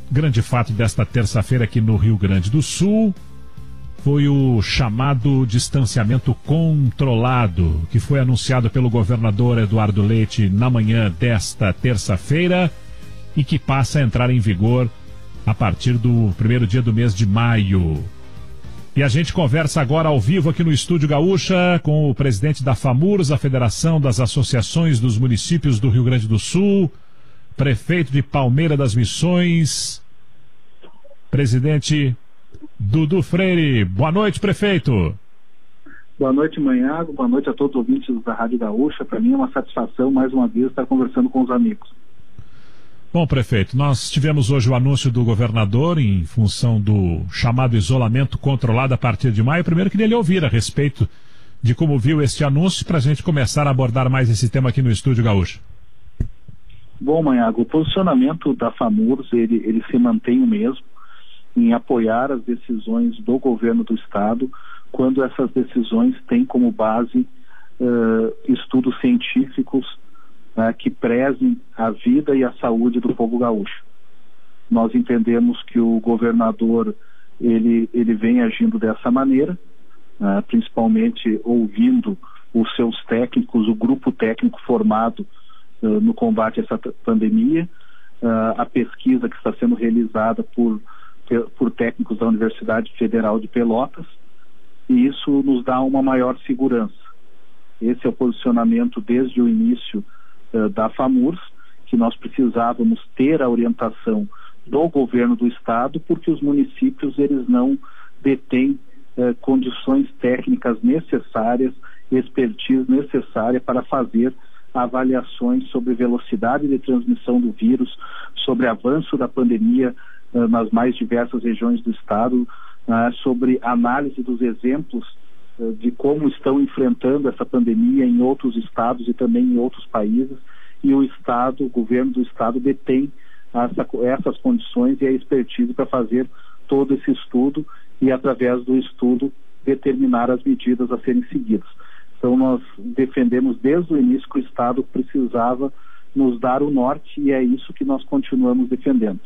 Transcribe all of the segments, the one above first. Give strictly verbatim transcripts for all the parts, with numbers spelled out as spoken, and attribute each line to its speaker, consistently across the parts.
Speaker 1: grande fato desta terça-feira aqui no Rio Grande do Sul foi o chamado distanciamento controlado, que foi anunciado pelo governador Eduardo Leite na manhã desta terça-feira e que passa a entrar em vigor a partir do primeiro dia do mês de maio. E a gente conversa agora ao vivo aqui no Estúdio Gaúcha com o presidente da FAMURS, a Federação das Associações dos Municípios do Rio Grande do Sul, prefeito de Palmeira das Missões, presidente Dudu Freire. Boa noite, prefeito.
Speaker 2: Boa noite, Manhago. Boa noite a todos os ouvintes da Rádio Gaúcha. Para mim é uma satisfação, mais uma vez, estar conversando com os amigos.
Speaker 1: Bom, prefeito, nós tivemos hoje o anúncio do governador em função do chamado isolamento controlado a partir de maio. Primeiro, queria lhe ouvir a respeito de como viu este anúncio para a gente começar a abordar mais esse tema aqui no Estúdio Gaúcha.
Speaker 2: Bom, Manhago, o posicionamento da FAMURS, ele, ele se mantém o mesmo, em apoiar as decisões do governo do estado, quando essas decisões têm como base uh, estudos científicos uh, que prezem a vida e a saúde do povo gaúcho. Nós entendemos que o governador ele, ele vem agindo dessa maneira, uh, principalmente ouvindo os seus técnicos, o grupo técnico formado uh, no combate a essa pandemia, uh, a pesquisa que está sendo realizada por por técnicos da Universidade Federal de Pelotas, e isso nos dá uma maior segurança. Esse é o posicionamento desde o início uh, da FAMURS, que nós precisávamos ter a orientação do governo do estado, porque os municípios eles não detêm uh, condições técnicas necessárias, expertise necessária para fazer avaliações sobre velocidade de transmissão do vírus, sobre avanço da pandemia nas mais diversas regiões do estado, uh, sobre análise dos exemplos uh, de como estão enfrentando essa pandemia em outros estados e também em outros países, e o estado, o governo do estado detém essa, essas condições e a expertise para fazer todo esse estudo e, através do estudo, determinar as medidas a serem seguidas. Então nós defendemos desde o início que o estado precisava nos dar o norte, e é isso que nós continuamos defendendo.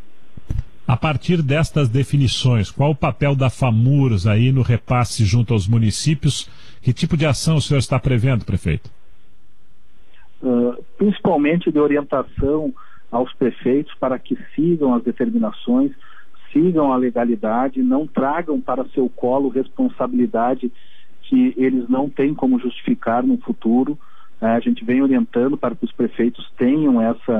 Speaker 1: A partir destas definições, qual o papel da FAMURS aí no repasse junto aos municípios? Que tipo de ação o senhor está prevendo, prefeito?
Speaker 2: Uh, principalmente de orientação aos prefeitos para que sigam as determinações, sigam a legalidade, não tragam para seu colo responsabilidade que eles não têm como justificar no futuro. Uh, a gente vem orientando para que os prefeitos tenham essa,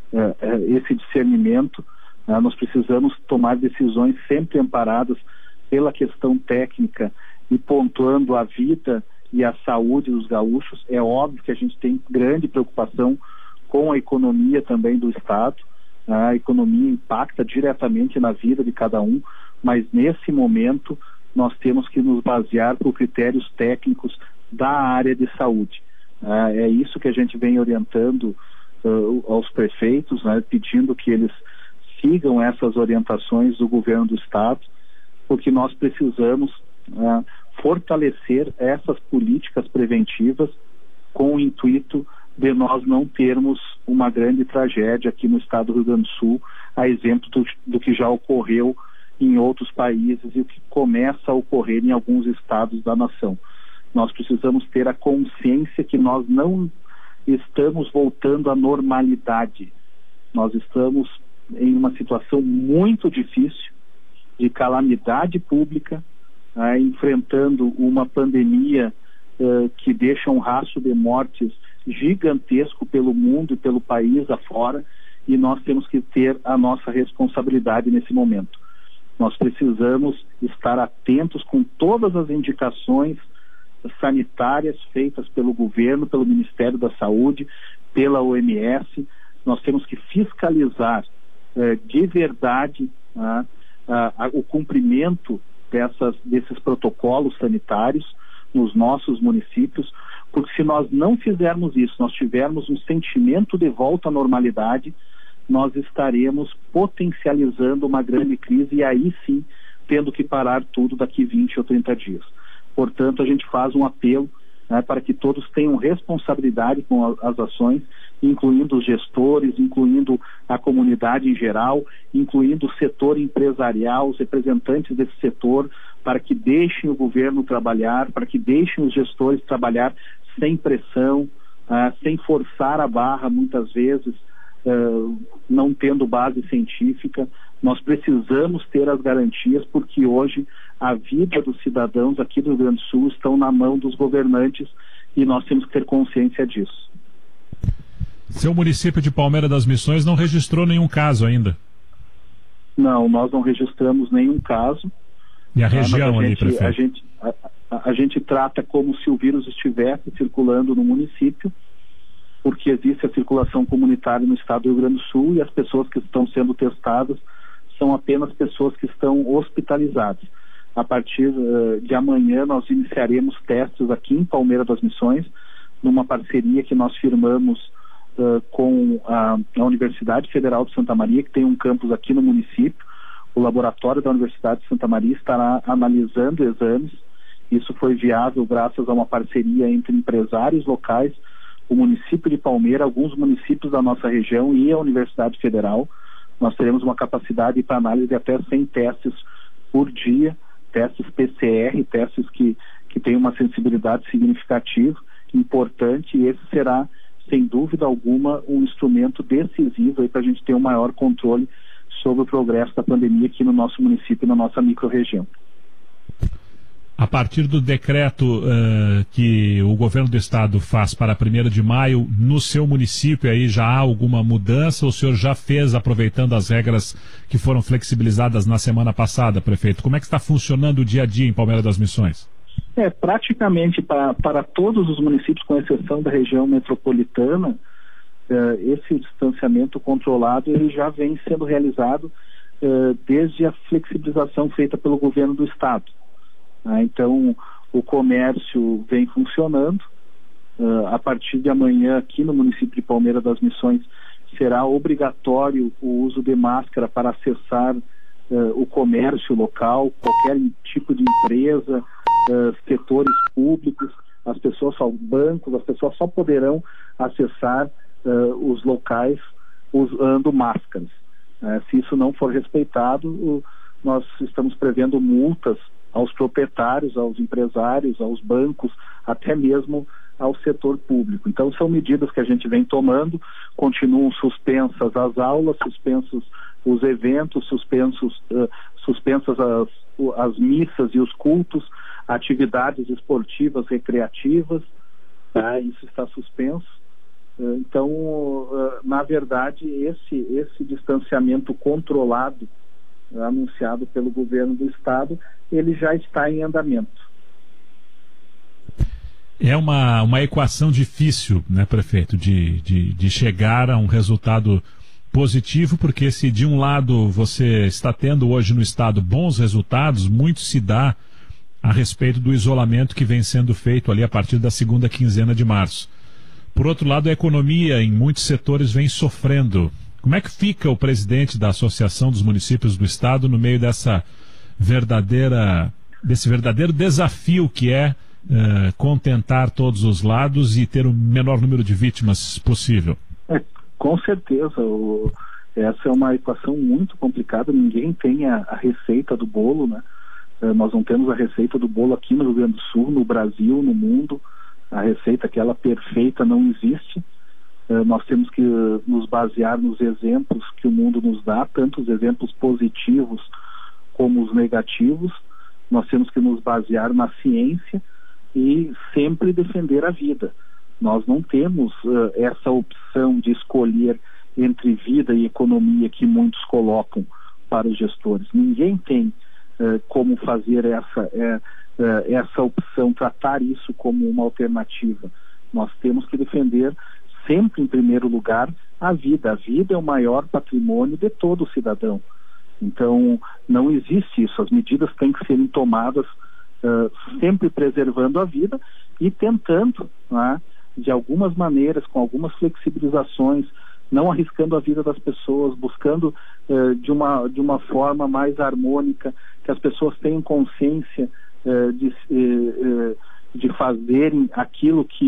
Speaker 2: uh, esse discernimento. Uh, nós precisamos tomar decisões sempre amparadas pela questão técnica e pontuando a vida e a saúde dos gaúchos. É óbvio que a gente tem grande preocupação com a economia também do estado. Uh, a economia impacta diretamente na vida de cada um, mas nesse momento nós temos que nos basear por critérios técnicos da área de saúde. Uh, é isso que a gente vem orientando uh, aos prefeitos, né, pedindo que eles sigam essas orientações do governo do estado, porque nós precisamos uh, fortalecer essas políticas preventivas com o intuito de nós não termos uma grande tragédia aqui no estado do Rio Grande do Sul, a exemplo do, do que já ocorreu em outros países e o que começa a ocorrer em alguns estados da nação. Nós precisamos ter a consciência que nós não estamos voltando à normalidade. Nós estamos em uma situação muito difícil de calamidade pública, ah, enfrentando uma pandemia ah, que deixa um rastro de mortes gigantesco pelo mundo e pelo país afora, e nós temos que ter a nossa responsabilidade nesse momento. Nós precisamos estar atentos com todas as indicações sanitárias feitas pelo governo, pelo Ministério da Saúde, pela O M S. Nós temos que fiscalizar eh, de verdade ah, ah, o cumprimento dessas, desses protocolos sanitários nos nossos municípios, porque se nós não fizermos isso, nós tivermos um sentimento de volta à normalidade, nós estaremos potencializando uma grande crise e aí sim tendo que parar tudo daqui vinte ou trinta dias. Portanto, a gente faz um apelo, né, para que todos tenham responsabilidade com a, as ações incluindo os gestores, incluindo a comunidade em geral, incluindo o setor empresarial, os representantes desse setor, para que deixem o governo trabalhar, para que deixem os gestores trabalhar sem pressão, ah, sem forçar a barra muitas vezes, ah, não tendo base científica. Nós precisamos ter as garantias, porque hoje a vida dos cidadãos aqui do Rio Grande do Sul estão na mão dos governantes e nós temos que ter consciência disso.
Speaker 1: Seu município de Palmeira das Missões não registrou nenhum caso ainda?
Speaker 2: Não, nós não registramos nenhum caso.
Speaker 1: E a região
Speaker 2: a
Speaker 1: ali,
Speaker 2: gente,
Speaker 1: prefeito?
Speaker 2: A gente, a, a, a gente trata como se o vírus estivesse circulando no município, porque existe a circulação comunitária no estado do Rio Grande do Sul e as pessoas que estão sendo testadas são apenas pessoas que estão hospitalizadas. A partir uh, de amanhã nós iniciaremos testes aqui em Palmeira das Missões, numa parceria que nós firmamos uh, com a, a Universidade Federal de Santa Maria, que tem um campus aqui no município. O laboratório da Universidade de Santa Maria estará analisando exames. Isso foi viável graças a uma parceria entre empresários locais, o município de Palmeira, alguns municípios da nossa região e a Universidade Federal. Nós teremos uma capacidade para análise de até cem testes por dia, testes P C R, testes que, que têm uma sensibilidade significativa, importante, e esse será, sem dúvida alguma, um instrumento decisivo para a gente ter um maior controle sobre o progresso da pandemia aqui no nosso município e na nossa microrregião.
Speaker 1: A partir do decreto uh, que o governo do estado faz para primeiro de maio, no seu município aí já há alguma mudança? Ou o senhor já fez, aproveitando as regras que foram flexibilizadas na semana passada, prefeito? Como é que está funcionando o dia a dia em Palmeira das Missões?
Speaker 2: É, praticamente para, para todos os municípios, com exceção da região metropolitana, uh, esse distanciamento controlado ele já vem sendo realizado uh, desde a flexibilização feita pelo governo do estado. Então, o comércio vem funcionando. Uh, a partir de amanhã, aqui no município de Palmeira das Missões, será obrigatório o uso de máscara para acessar uh, o comércio local, qualquer tipo de empresa, uh, setores públicos, as pessoas só, bancos, as pessoas só poderão acessar uh, os locais usando máscaras. Uh, se isso não for respeitado, uh, nós estamos prevendo multas aos proprietários, aos empresários, aos bancos, até mesmo ao setor público. Então são medidas que a gente vem tomando, continuam suspensas as aulas, suspensos os eventos, suspensos, uh, suspensas as, as missas e os cultos, atividades esportivas, recreativas, tá? Isso está suspenso. Uh, então, uh, na verdade, esse, esse distanciamento controlado anunciado pelo governo do estado, ele já está em andamento.
Speaker 1: É uma, uma equação difícil, né, prefeito, de, de, de chegar a um resultado positivo, porque se de um lado você está tendo hoje no estado bons resultados, muito se dá a respeito do isolamento que vem sendo feito ali a partir da segunda quinzena de março. Por outro lado, a economia em muitos setores vem sofrendo. Como é que fica o presidente da Associação dos Municípios do Estado no meio dessa verdadeira, desse verdadeiro desafio que é uh, contentar todos os lados e ter o menor número de vítimas possível?
Speaker 2: É, com certeza. O, essa é uma equação muito complicada. Ninguém tem a, a receita do bolo, né? Uh, nós não temos a receita do bolo aqui no Rio Grande do Sul, no Brasil, no mundo. A receita, aquela perfeita, não existe. Uh, nós temos que uh, nos basear nos exemplos que o mundo nos dá, tanto os exemplos positivos como os negativos. Nós temos que nos basear na ciência e sempre defender a vida. Nós não temos uh, essa opção de escolher entre vida e economia que muitos colocam para os gestores. Ninguém tem uh, como fazer essa, uh, uh, essa opção, tratar isso como uma alternativa. Nós temos que defender sempre, em primeiro lugar, a vida. A vida é o maior patrimônio de todo cidadão. Então, não existe isso. As medidas têm que serem tomadas uh, sempre preservando a vida e tentando, né, de algumas maneiras, com algumas flexibilizações, não arriscando a vida das pessoas, buscando uh, de, uma, de uma forma mais harmônica, que as pessoas tenham consciência uh, de, uh, uh, de fazerem aquilo que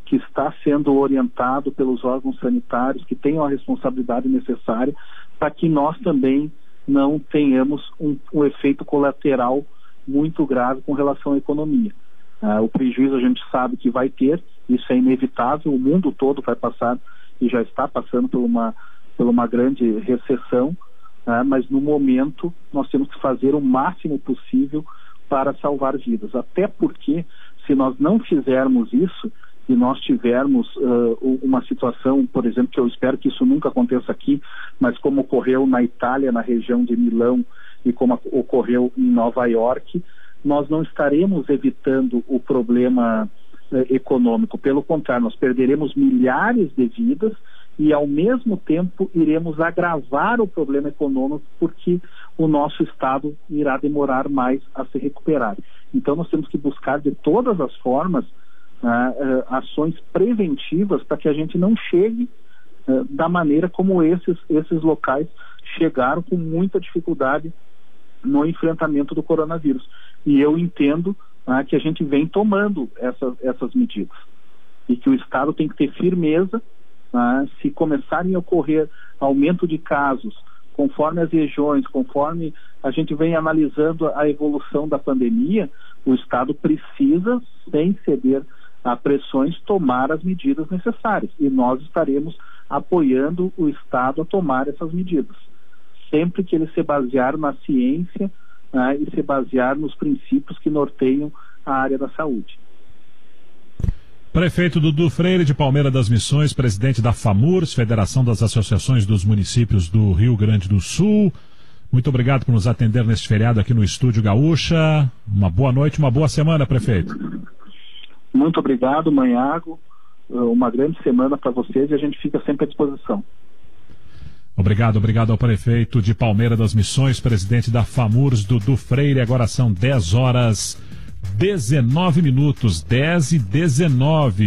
Speaker 2: que está sendo orientado pelos órgãos sanitários, que tenham a responsabilidade necessária para que nós também não tenhamos um, um efeito colateral muito grave com relação à economia. Uh, o prejuízo a gente sabe que vai ter, isso é inevitável, o mundo todo vai passar e já está passando por uma, por uma grande recessão, uh, mas no momento nós temos que fazer o máximo possível para salvar vidas, até porque se nós não fizermos isso e nós tivermos uh, uma situação, por exemplo, que eu espero que isso nunca aconteça aqui, mas como ocorreu na Itália, na região de Milão, e como ocorreu em Nova York, nós não estaremos evitando o problema uh, econômico. Pelo contrário, nós perderemos milhares de vidas e, ao mesmo tempo, iremos agravar o problema econômico porque o nosso Estado irá demorar mais a se recuperar. Então, nós temos que buscar de todas as formas Uh, uh, ações preventivas para que a gente não chegue uh, da maneira como esses, esses locais chegaram, com muita dificuldade no enfrentamento do coronavírus. E eu entendo uh, que a gente vem tomando essa, essas medidas e que o Estado tem que ter firmeza. Uh, se começarem a ocorrer aumento de casos conforme as regiões, conforme a gente vem analisando a evolução da pandemia, o Estado precisa, sem ceder a pressões, tomar as medidas necessárias, e nós estaremos apoiando o Estado a tomar essas medidas, sempre que ele se basear na ciência, né, e se basear nos princípios que norteiam a área da saúde.
Speaker 1: Prefeito Dudu Freire, de Palmeira das Missões, presidente da FAMURS, Federação das Associações dos Municípios do Rio Grande do Sul, muito obrigado por nos atender neste feriado aqui no Estúdio Gaúcha. Uma boa noite, uma boa semana, prefeito.
Speaker 2: Muito obrigado, Manhago. Uma grande semana para vocês e a gente fica sempre à disposição.
Speaker 1: Obrigado, obrigado ao prefeito de Palmeira das Missões, presidente da FAMURS, Dudu Freire. Agora são dez horas dezenove minutos, dez e dezenove.